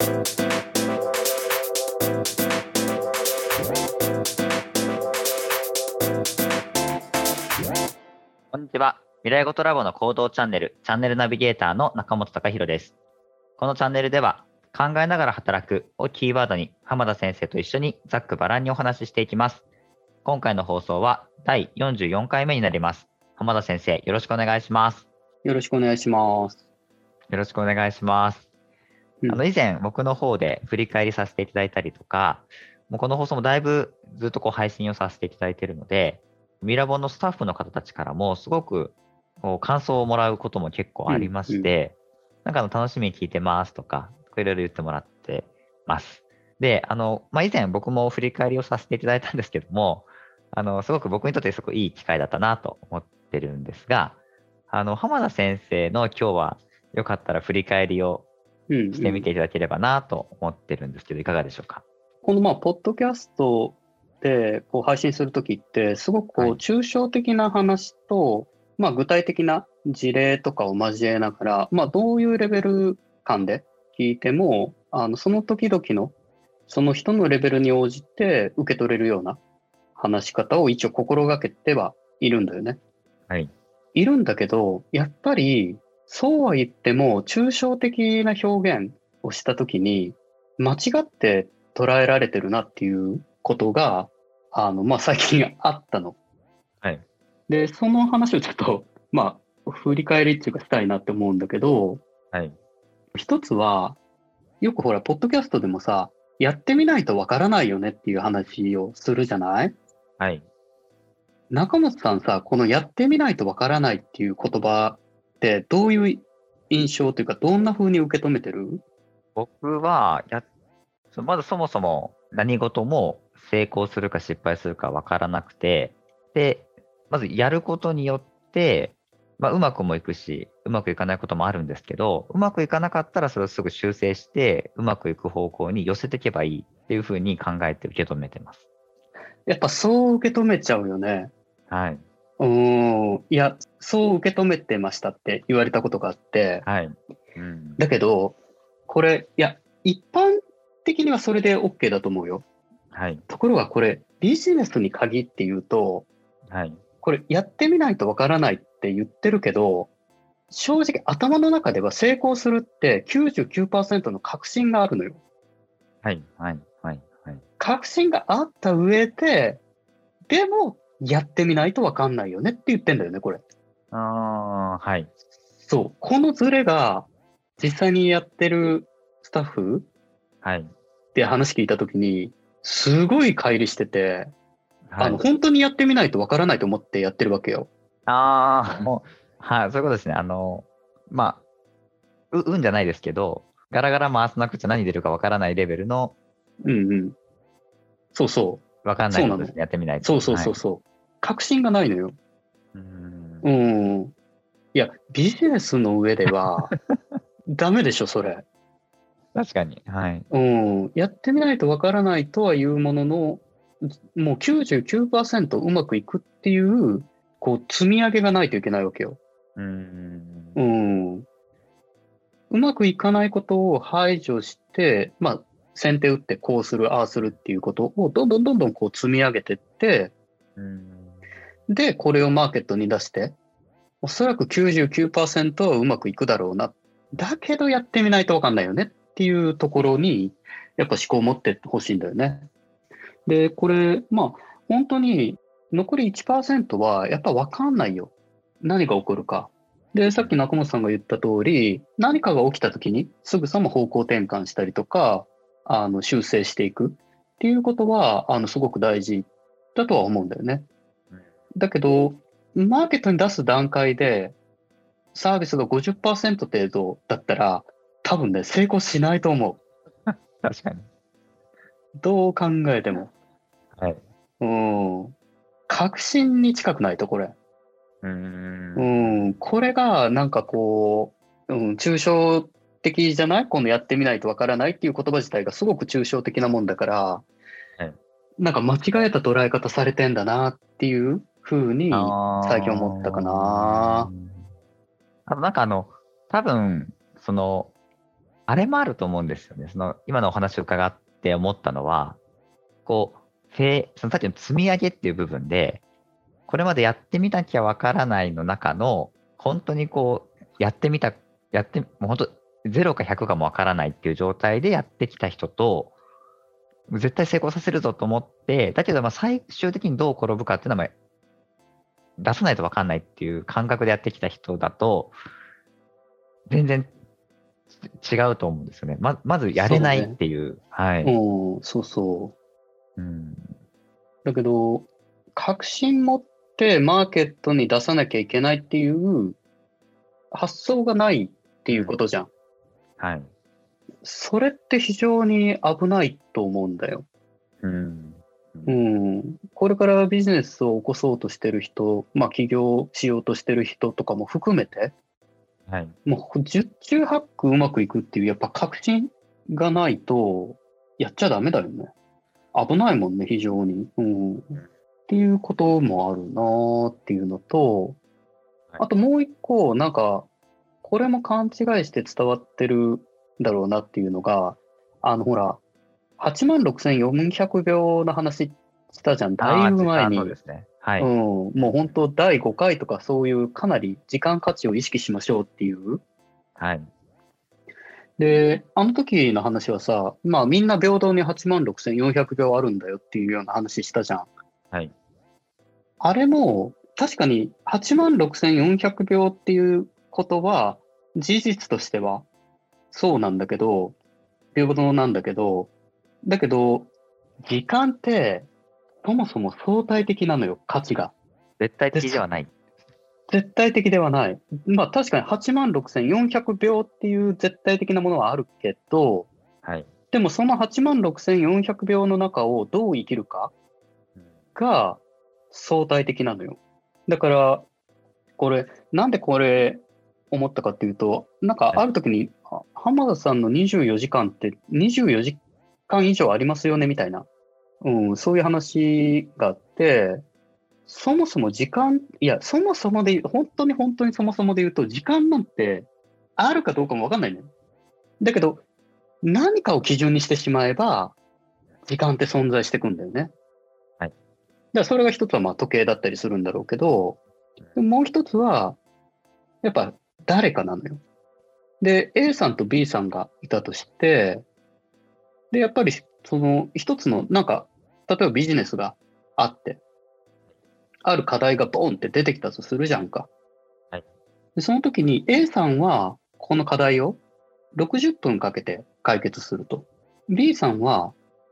こんにちは。未来ごとラボの行動チャンネルナビゲーターの中本隆弘です。このチャンネルでは、考えながら働くをキーワードに浜田先生と一緒にざっくばらんにお話ししていきます。今回の放送は第44回目になります。浜田先生、よろしくお願いします。 よろしくお願いします。 よろしくお願いします。以前僕の方で振り返りさせていただいたりとか、もうこの放送もだいぶずっと配信をさせていただいているので、ミラボのスタッフの方たちからもすごく感想をもらうことも結構ありまして、なんか楽しみに聞いてますとか、いろいろ言ってもらってます。で、以前僕も振り返りをさせていただいたんですけども、すごく僕にとってすごくいい機会だったなと思ってるんですが、浜田先生の今日はよかったら振り返りをしてみていただければなと思ってるんですけど、いかがでしょうか。 このポッドキャストで配信するときって、すごく抽象的な話と、具体的な事例とかを交えながら、どういうレベル感で聞いても、その時々の、その人のレベルに応じて受け取れるような話し方を一応心がけてはいるんだよね。 はい。 いるんだけど、やっぱり、そうは言っても、抽象的な表現をしたときに、間違って捉えられてるなっていうことが、最近あったの。 はい。 で、その話をちょっと、振り返りっていうかしたいなって思うんだけど、 はい。 一つは、よくほら、ポッドキャストでもさ、やってみないとわからないよねっていう話をするじゃない？ はい。 中本さんさ、このやってみないとわからないっていう言葉ってどういう印象というか、どんな風に受け止めてる？ 僕はまずそもそも何事も成功するか失敗するか分からなくて、で、まずやることによって、うまくもいくし、うまくいかないこともあるんですけど、うまくいかなかったらそれをすぐ修正して、うまくいく方向に寄せていけばいいっていうふうに考えて受け止めてます。 やっぱそう受け止めちゃうよね。 はい。 いや、そう受け止めてましたって言われたことがあって、 はい。 だけど、これ、いや、一般的にはそれで OK だと思うよ。 はい。 ところがこれ、ビジネスに限って言うと、 はい。 これやってみないとわからないって言ってるけど、正直頭の中では成功するって99% の確信があるのよ。 はい。はい。はい。はい。 確信があった上で、でもやってみないとわかんないよねって言ってんだよね、これ。 はい。 そう。このズレが実際にやってるスタッフはい。 で話聞いたときに、すごい乖離してて、 はい。 本当にやってみないとわからないと思ってやってるわけよ。 もう、はい、そういうことですね。運じゃないですけど、ガラガラ回さなくちゃ何出るかわからないレベルの、 そうそう。 わかんないことですね。やってみないと。 そうそうそうそう。はい、確信がないのよ。いや、ビジネスの上では、ダメでしょ、それ。 確かに。はい。 やってみないとわからないとはいうものの、もう 99% うまくいくっていう、積み上げがないといけないわけよ。うまくいかないことを排除して、先手打ってこうする、ああするっていうことをどんどん積み上げていって、で、これをマーケットに出して、おそらく 99% はうまくいくだろうな。だけどやってみないとわかんないよねっていうところに、やっぱ思考を持ってほしいんだよね。で、これ、本当に残り 1% はやっぱわかんないよ。何が起こるか。で、さっき中本さんが言った通り、何かが起きた時にすぐさま方向転換したりとか、修正していくっていうことは、すごく大事だとは思うんだよね。だけど、マーケットに出す段階で、サービスが 50% 程度だったら、多分ね、成功しないと思う。 確かに。 どう考えても。 はい。 確信に近くないと、これ。これが、なんか抽象的じゃない？このやってみないとわからないっていう言葉自体がすごく抽象的なもんだから、 はい、 なんか間違えた捉え方されてんだなっていう風に最近思ったかな。 多分、 あれもあると思うんですよね。今のお話を伺って思ったのは、そのさっきの積み上げっていう部分で、これまでやってみなきゃわからないの中の、本当にもう本当、0か100かもわからないっていう状態でやってきた人と、絶対成功させるぞと思って、だけど最終的にどう転ぶかっていうのは出さないとわかんないっていう感覚でやってきた人だと、全然違うと思うんですよね。まずやれないっていう。はい。 そうそう。 うん。 だけど、確信持ってマーケットに出さなきゃいけないっていう発想がないっていうことじゃん。 はい。 それって非常に危ないと思うんだよ。これからビジネスを起こそうとしてる人、起業しようとしてる人とかも含めて、 はい。 もう十中八九うまくいくっていう、やっぱ確信がないと、やっちゃダメだよね。危ないもんね、非常に。っていうこともあるなーっていうのと、あともう一個、これも勘違いして伝わってるんだろうなっていうのが、ほら、86,400秒の話したじゃん、だいぶ前に。 そうですね。はい。 もう本当第5回とかそういうかなり時間価値を意識しましょうっていう。 はい。 で、あの時の話はさ、みんな平等に86,400秒あるんだよっていうような話したじゃん。 はい。 あれも、確かに86,400秒っていうことは、事実としてはそうなんだけど、平等なんだけど、時間って、そもそも相対的なのよ、価値が。 絶対的ではない。 絶対的ではない。確かに86,400秒っていう絶対的なものはあるけど、 はい。 でもその86,400秒の中をどう生きるかが相対的なのよ。だから、なんでこれ思ったかっていうと、ある時に、浜田さんの24時間って24時間以上ありますよねみたいな、そういう話があって、そもそもそもそもで、本当に本当にそもそもで言うと、時間なんてあるかどうかもわかんないね。だけど、何かを基準にしてしまえば、時間って存在してくんだよね。 はい。 だからそれが一つは時計だったりするんだろうけど、もう一つは、やっぱ誰かなのよ。で、A さんと B さんがいたとして、で、やっぱりその一つの、例えばビジネスがあって、ある課題がボーンって出てきたとするじゃんか。 はい。 で、その時に A さんはこの課題を60分かけて解決すると。B さんは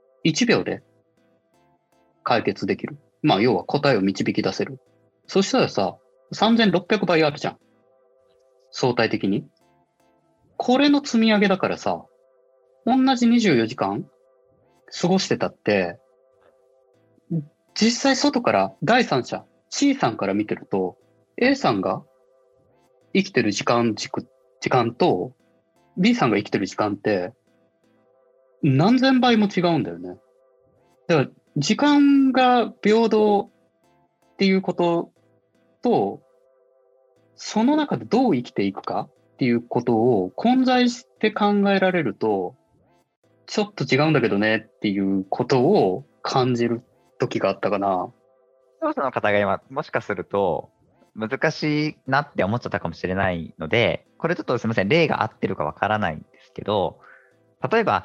1秒で解決できる。要は答えを導き出せる。そしたらさ、3600倍あるじゃん。相対的に。これの積み上げだからさ、同じ24時間過ごしてたって、実際外から第三者、C さんから見てると、A さんが生きてる時間と B さんが生きてる時間って何千倍も違うんだよね。だから時間が平等っていうことと、その中でどう生きていくかっていうことを混在して考えられると、ちょっと違うんだけどねっていうことを感じる時があったかな。 視聴者の方が今、もしかすると、難しいなって思っちゃったかもしれないので、これちょっとすみません、例が合ってるかわからないんですけど、例えば、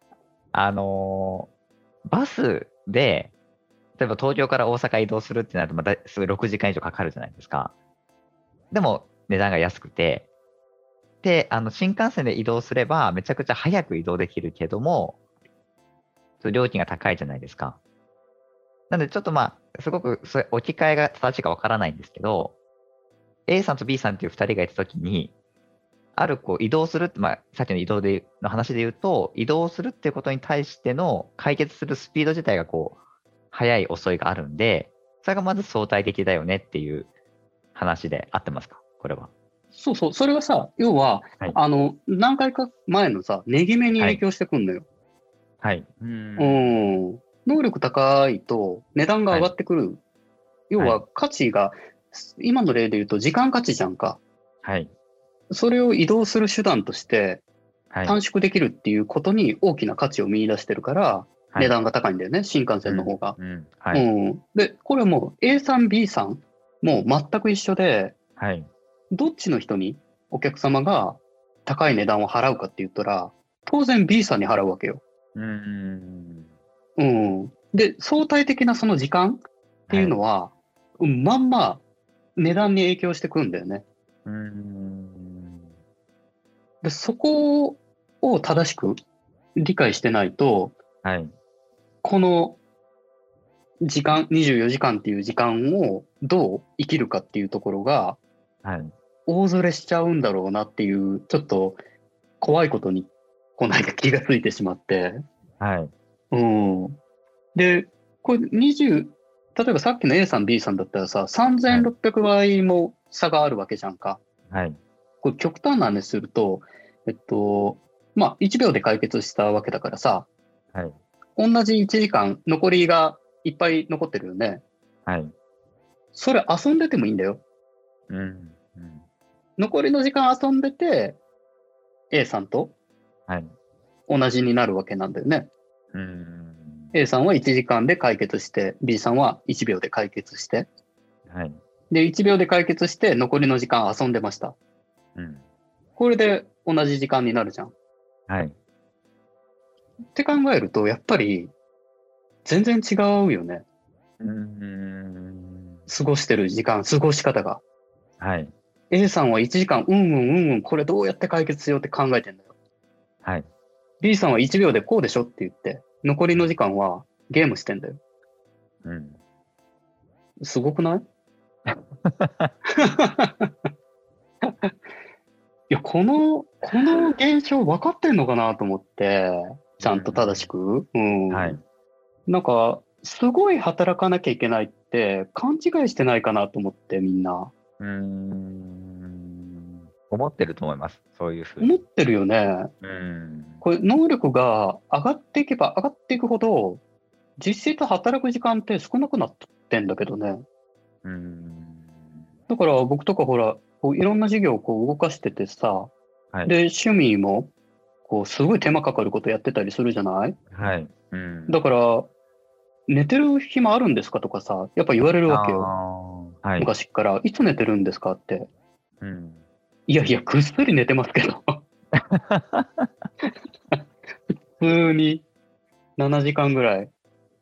バスで、例えば東京から大阪移動するってなると、すごい6時間以上かかるじゃないですか。でも、値段が安くて、で、新幹線で移動すれば、めちゃくちゃ早く移動できるけども、料金が高いじゃないですか。なので、ちょっとすごくそれ置き換えが正しいかわからないんですけど、A さんと B さんっていう2人がいたときに、ある移動するって、さっきの移動の話で言うと、移動するっていうことに対しての解決するスピード自体が速い遅いがあるんで、それがまず相対的だよねっていう話で合ってますか、これは。 そうそう、それはさ、要は、 はい、 何回か前のさ、値決めに影響してくんのよ。 はい。 能力高いと値段が上がってくる。はい、要は価値が、今の例で言うと時間価値じゃんか。 はい。 それを移動する手段として、 短縮できるっていうことに大きな価値を見出してるから、値段が高いんだよね、新幹線の方が。で、これもう A さん、B さん、もう全く一緒で、どっちの人にお客様が高い値段を払うかって言ったら、当然 B さんに払うわけよ。で、相対的なその時間っていうのは、まんま値段に影響してくるんだよね。で、そこを正しく理解してないと、この時間、24時間っていう時間をどう生きるかっていうところが、大それしちゃうんだろうなっていう、ちょっと怖いことにこないだ気がついてしまって。で、これ例えばさっきの A さん B さんだったらさ、3600倍も差があるわけじゃんか。これ極端な話すると、まあ1秒で解決したわけだからさ、同じ1時間残りがいっぱい残ってるよね。それ遊んでてもいいんだよ。残りの時間遊んでて A さんと同じになるわけなんだよね。A さんは1時間で解決して、B さんは1秒で解決して、で、1秒で解決して残りの時間遊んでました。これで同じ時間になるじゃん。って考えると、やっぱり全然違うよね。過ごしてる時間、過ごし方が。A さんは1時間、これどうやって解決しようって考えてんだよ。B さんは1秒でこうでしょって言って、残りの時間はゲームしてんだよ。すごくない？いや、この現象分かってんのかなと思って、ちゃんと正しく。なんか、すごい働かなきゃいけないって勘違いしてないかなと思って、みんな。 思ってると思います。そういうふうに。 思ってるよね。これ、能力が上がっていけば上がっていくほど、実際と働く時間って少なくなってんだけどね。だから僕とかほら、こういろんな事業をこう動かしててさ、で、趣味も、こう、すごい手間かかることやってたりするじゃない？だから、寝てる暇あるんですかとかさ、やっぱ言われるわけよ。昔っから、いつ寝てるんですかって。いやいや、ぐっすり寝てますけど。普通に7時間ぐらい。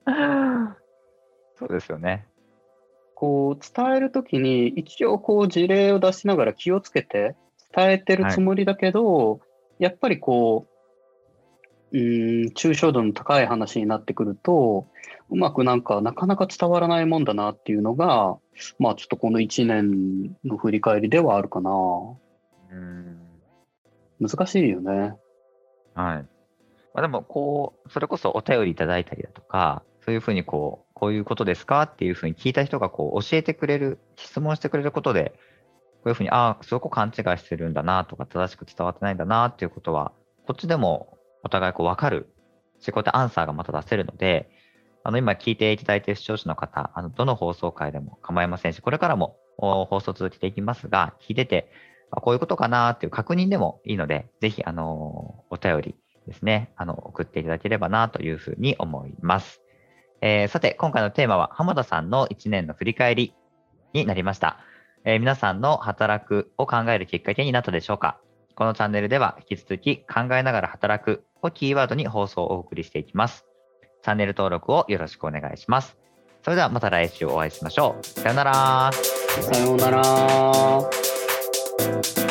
そうですよね。 こう、伝えるときに、一応こう事例を出しながら気をつけて伝えてるつもりだけど、やっぱりこう、抽象度の高い話になってくると、うまくなかなか伝わらないもんだなっていうのが、まあちょっとこの1年の振り返りではあるかな。難しいよね。 でも、それこそお便りいただいたりだとか、そういうふうにこういうことですかっていうふうに聞いた人が教えてくれる、質問してくれることで、こういうふうに、すごく勘違いしてるんだなとか、正しく伝わってないんだなっていうことは、こっちでもお互い分かるし、こうやってアンサーがまた出せるので、今聞いていただいている視聴者の方、どの放送回でも構いませんし、これからも放送続けていきますが、聞いてて、こういうことかなっていう確認でもいいので、ぜひ、お便りですね、送っていただければなというふうに思います。さて、今回のテーマは、浜田さんの1年の振り返りになりました。皆さんの働くを考えるきっかけになったでしょうか？このチャンネルでは、引き続き考えながら働くをキーワードに放送をお送りしていきます。チャンネル登録をよろしくお願いします。それではまた来週お会いしましょう。さようなら。 さようなら。